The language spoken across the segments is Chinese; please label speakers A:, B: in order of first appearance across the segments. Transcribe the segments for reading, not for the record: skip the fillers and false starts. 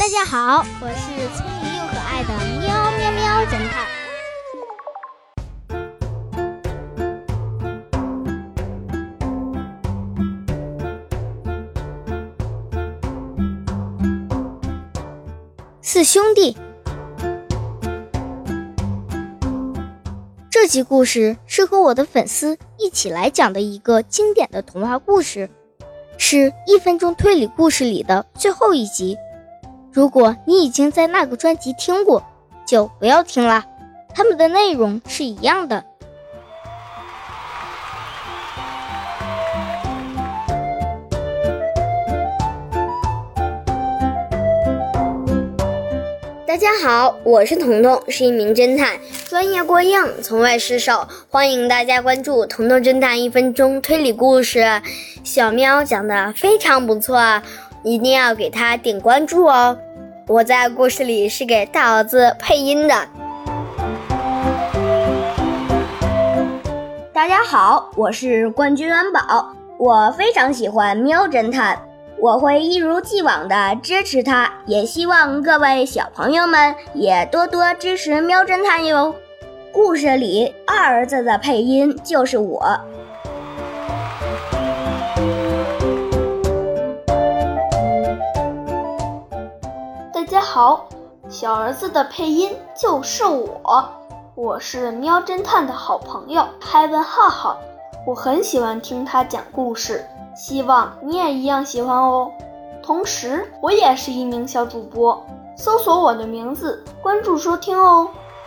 A: 大家好，我是聪明又可爱的喵喵喵侦探。四兄弟，这集故事是和我的粉丝一起来讲的一个经典的童话故事，是1分钟推理故事里的最后一集。如果你已经在那个专辑听过，就不要听了，它们的内容是一样的。
B: 大家好，我是彤彤，是一名侦探，专业过硬，从未失手。欢迎大家关注彤彤侦探1分钟推理故事。小喵讲得非常不错，一定要给他点关注哦。我在故事里是给大儿子配音的。大家好，我是冠军元宝，我非常喜欢喵侦探，我会一如既往的支持他，也希望各位小朋友们也多多支持喵侦探哟。故事里二儿子的配音就是我。
C: 大家好，小儿子的配音就是我是喵侦探的好朋友海文浩浩，我很喜欢听他讲故事，希望你也一样喜欢哦。同时我也是一名小主播，搜索我的名字，关注收听哦。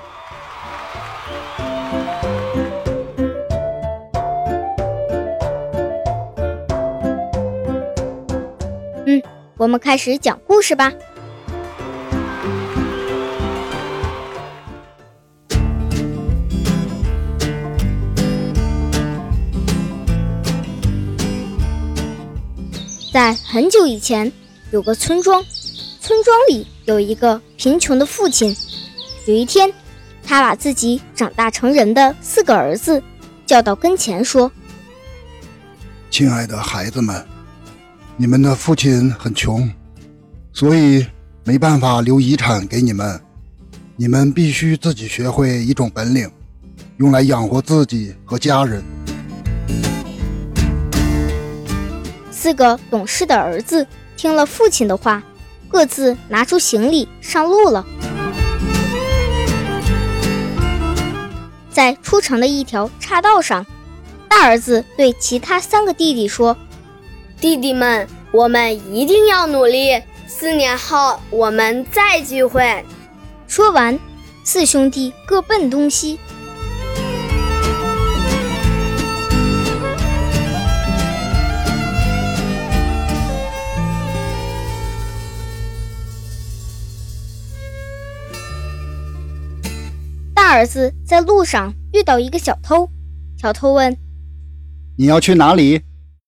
A: 我们开始讲故事吧。在很久以前，有个村庄，村庄里有一个贫穷的父亲。有一天，他把自己长大成人的4个儿子叫到跟前说：
D: 亲爱的孩子们，你们的父亲很穷，所以没办法留遗产给你们，你们必须自己学会一种本领，用来养活自己和家人。
A: 4个懂事的儿子听了父亲的话，各自拿出行李上路了。在出城的一条岔道上，大儿子对其他3个弟弟说：
B: 弟弟们，我们一定要努力，4年后我们再聚会。
A: 说完，4兄弟各奔东西。大儿子在路上遇到一个小偷，小偷问：
D: 你要去哪里？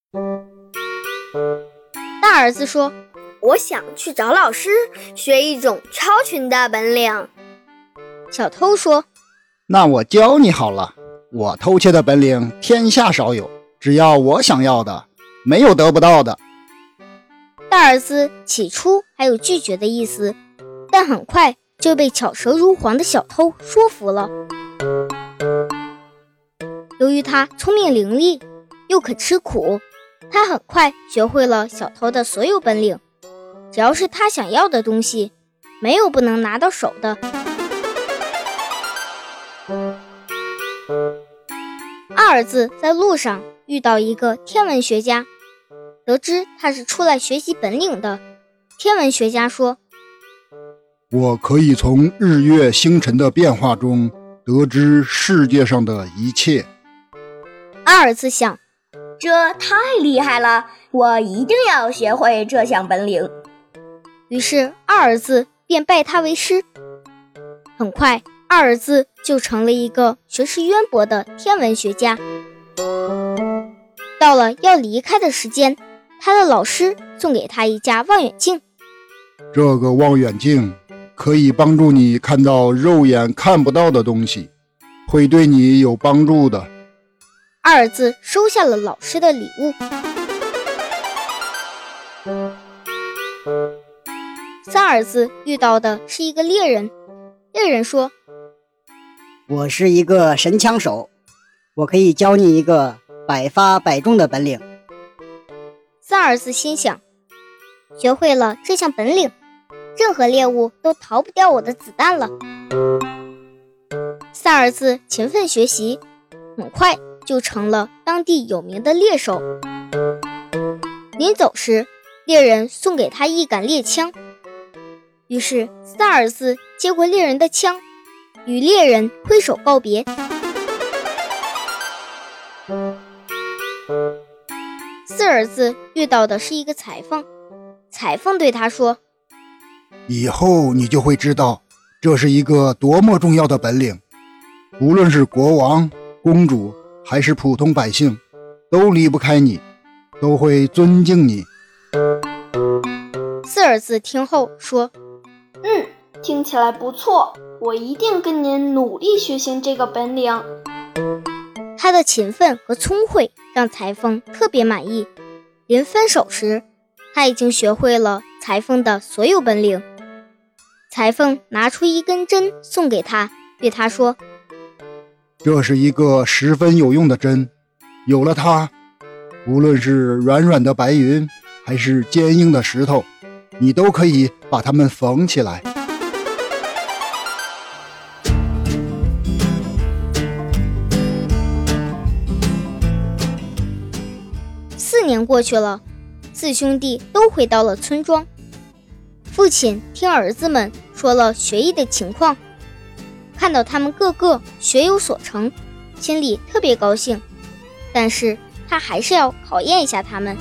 A: 大儿子说：
B: 我想去找老师学一种超群的本领。
A: 小偷说：
D: 那我教你好了，我偷窃的本领天下少有，只要我想要的，没有得不到的。
A: 大儿子起初还有拒绝的意思，但很快就被巧舌如簧的小偷说服了。由于他聪明伶俐，又肯吃苦，他很快学会了小偷的所有本领，只要是他想要的东西，没有不能拿到手的。二儿子在路上遇到一个天文学家，得知他是出来学习本领的。天文学家说：
D: 我可以从日月星辰的变化中得知世界上的一切。
A: 二儿子想，
B: 这太厉害了，我一定要学会这项本领。
A: 于是二儿子便拜他为师。很快，二儿子就成了一个学识渊博的天文学家。到了要离开的时间，他的老师送给他一架望远镜。
D: 这个望远镜可以帮助你看到肉眼看不到的东西，会对你有帮助的。
A: 二儿子收下了老师的礼物。 三儿子遇到的是一个猎人。猎人说：
E: 我是一个神枪手，我可以教你一个百发百中的本领。
A: 三儿子心想，学会了这项本领，任何猎物都逃不掉我的子弹了。三儿子勤奋学习，很快就成了当地有名的猎手。临走时，猎人送给他一杆猎枪，于是三儿子接过猎人的枪，与猎人挥手告别。四儿子遇到的是一个裁缝，裁缝对他说：
D: 以后你就会知道这是一个多么重要的本领，无论是国王、公主还是普通百姓，都离不开你，都会尊敬你。
A: 四儿子听后说：
C: 听起来不错，我一定跟您努力学习这个本领。
A: 他的勤奋和聪慧让裁缝特别满意。临分手时，他已经学会了裁缝的所有本领。裁缝拿出一根针送给他，对他说：
D: 这是一个十分有用的针，有了它，无论是软软的白云还是坚硬的石头，你都可以把它们缝起来。
A: 4年过去了，四兄弟都回到了村庄。父亲听儿子们说了学艺的情况，看到他们个个学有所成，心里特别高兴，但是他还是要考验一下他们。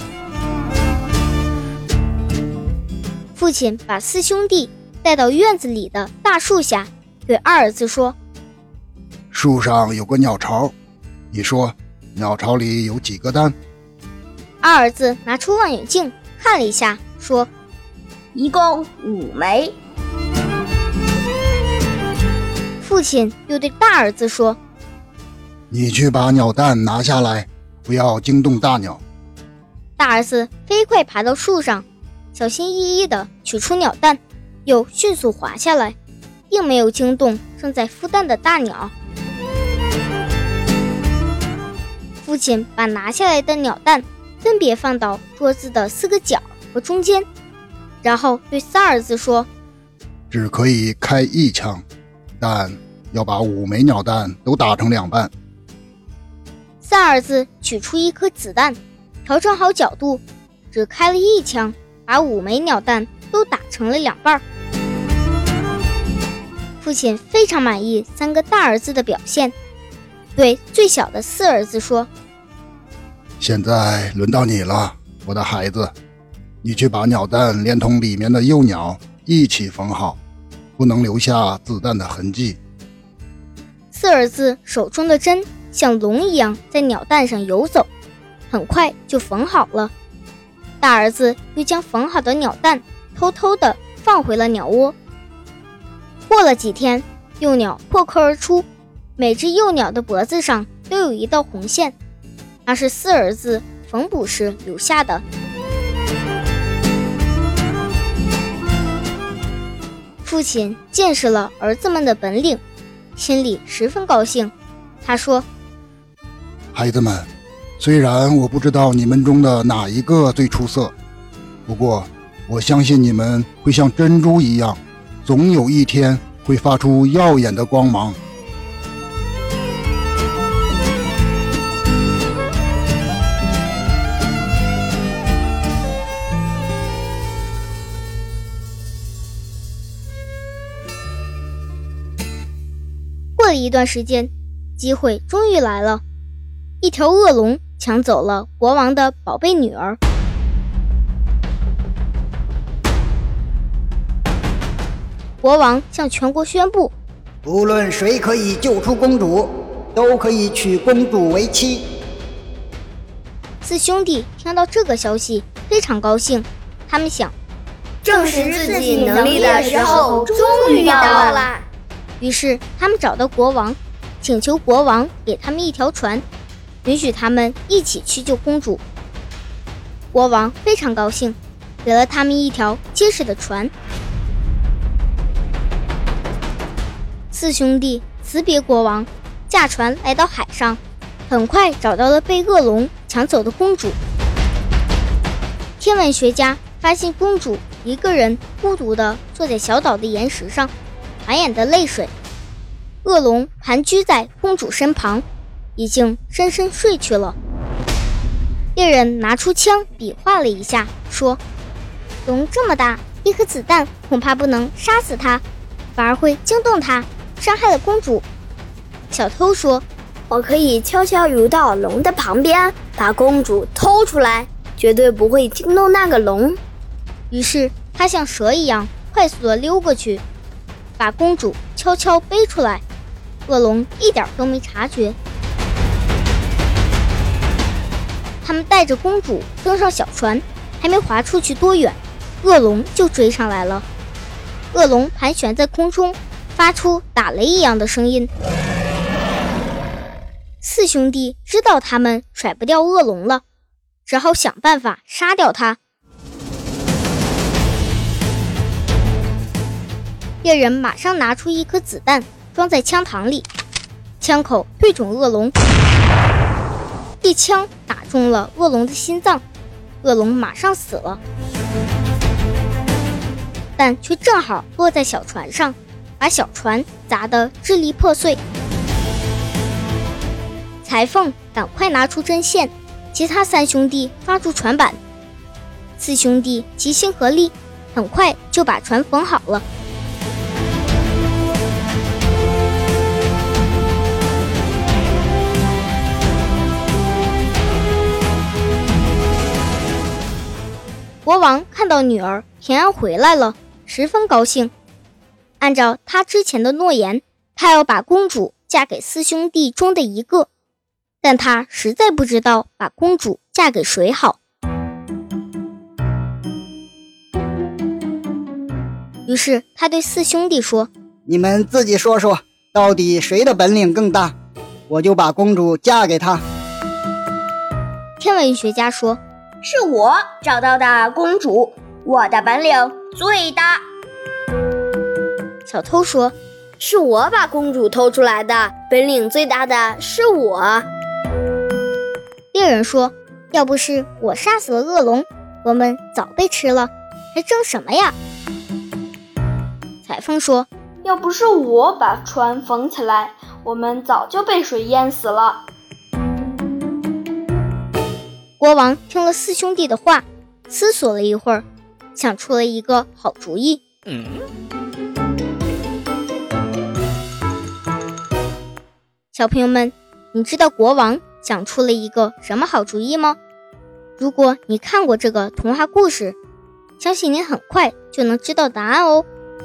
A: 父亲把四兄弟带到院子里的大树下，对二儿子说：
D: 树上有个鸟巢，你说鸟巢里有几个蛋？
A: 二儿子拿出望远镜看了一下，说：
F: 一共5枚。
A: 父亲又对大儿子说：
D: 你去把鸟蛋拿下来，不要惊动大鸟。
A: 大儿子飞快爬到树上，小心翼翼地取出鸟蛋，又迅速滑下来，并没有惊动正在孵蛋的大鸟。父亲把拿下来的鸟蛋分别放到桌子的4个角和中间，然后对三儿子说：
D: 只可以开1枪，但要把5枚鸟蛋都打成2半。
A: 三儿子取出1颗子弹，调整好角度，只开了1枪，把5枚鸟蛋都打成了2半。父亲非常满意3个大儿子的表现，对最小的4儿子说：
D: 现在轮到你了，我的孩子，你去把鸟蛋连同里面的幼鸟一起缝好，不能留下子弹的痕迹。
A: 4儿子手中的针像龙一样在鸟蛋上游走，很快就缝好了。大儿子又将缝好的鸟蛋偷偷地放回了鸟窝。过了几天，幼鸟破壳而出，每只幼鸟的脖子上都有一道红线，那是4儿子缝补时留下的。父亲见识了儿子们的本领，心里十分高兴。他说：
D: 孩子们，虽然我不知道你们中的哪一个最出色，不过我相信你们会像珍珠一样，总有一天会发出耀眼的光芒。
A: 过了一段时间，机会终于来了。一条恶龙抢走了国王的宝贝女儿。国王向全国宣布，
E: 无论谁可以救出公主，都可以娶公主为妻。
A: 4兄弟听到这个消息非常高兴，他们想，
B: 证实自己能力的时候终于到了。
A: 于是他们找到国王，请求国王给他们一条船，允许他们一起去救公主。国王非常高兴，给了他们一条结实的船。 四兄弟辞别国王，驾船来到海上，很快找到了被恶龙抢走的公主。天文学家发现公主一个人孤独地坐在小岛的岩石上，满眼的泪水。恶龙盘踞在公主身旁，已经深深睡去了。猎人拿出枪比划了一下，说：龙这么大，一颗子弹恐怕不能杀死它，反而会惊动它，伤害了公主。小偷说：
B: 我可以悄悄游到龙的旁边，把公主偷出来，绝对不会惊动那个龙。
A: 于是他像蛇一样快速地溜过去，把公主悄悄背出来，恶龙一点都没察觉。他们带着公主登上小船，还没划出去多远，恶龙就追上来了。恶龙盘旋在空中，发出打雷一样的声音。四兄弟知道他们甩不掉恶龙了，只好想办法杀掉它。猎人马上拿出一颗子弹装在枪膛里，枪口对准恶龙，一枪打中了恶龙的心脏，恶龙马上死了，但却正好落在小船上，把小船砸得支离破碎。裁缝赶快拿出针线，其他三兄弟抓住船板，四兄弟齐心合力，很快就把船缝好了。国王看到女儿平安回来了，十分高兴。按照他之前的诺言，他要把公主嫁给四兄弟中的一个，但他实在不知道把公主嫁给谁好。于是他对四兄弟说：
E: 你们自己说说，到底谁的本领更大，我就把公主嫁给他。
A: 天文学家说：
F: 是我找到的公主，我的本领最大。
A: 小偷说：
B: 是我把公主偷出来的，本领最大的是我。
A: 猎人说：要不是我杀死了恶龙，我们早被吃了，还争什么呀？裁缝说：
C: 要不是我把船缝起来，我们早就被水淹死了。
A: 国王听了四兄弟的话，思索了一会儿，想出了一个好主意。小朋友们，你知道国王想出了一个什么好主意吗？如果你看过这个童话故事，相信你很快就能知道答案哦。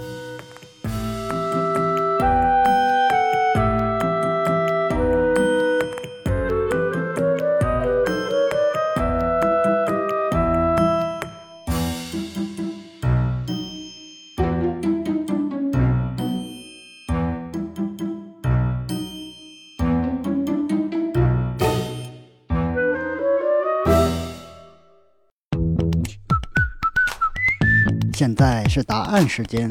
E: 现在是答案时间。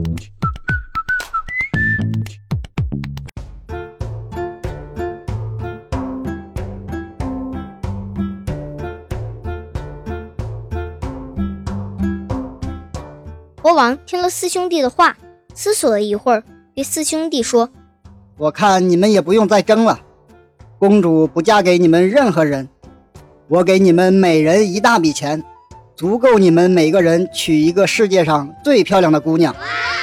A: 国王听了四兄弟的话，思索了一会儿，对四兄弟说：
E: 我看你们也不用再争了，公主不嫁给你们任何人，我给你们每人一大笔钱，足够你们每个人娶一个世界上最漂亮的姑娘。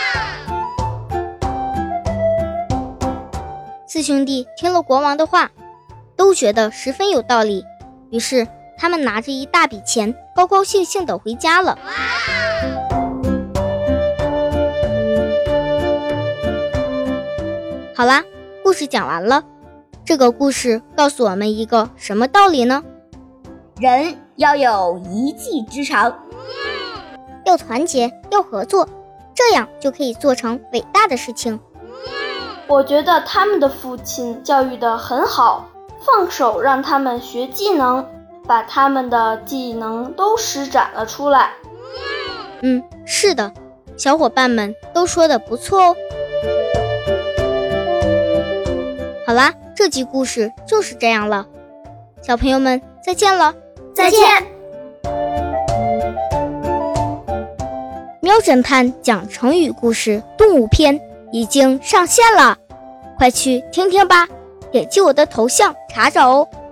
A: 四兄弟听了国王的话，都觉得十分有道理，于是他们拿着一大笔钱，高高兴兴地回家了。好啦，故事讲完了。这个故事告诉我们一个什么道理呢？
F: 人要有一技之长，
A: 要团结，要合作，这样就可以做成伟大的事情。
C: 我觉得他们的父亲教育得很好，放手让他们学技能，把他们的技能都施展了出来。
A: 是的，小伙伴们都说得不错哦。 好啦，这集故事就是这样了，小朋友们再见了。
F: 再见。
A: 喵侦探讲成语故事动物篇已经上线了，快去听听吧，点击我的头像查找哦。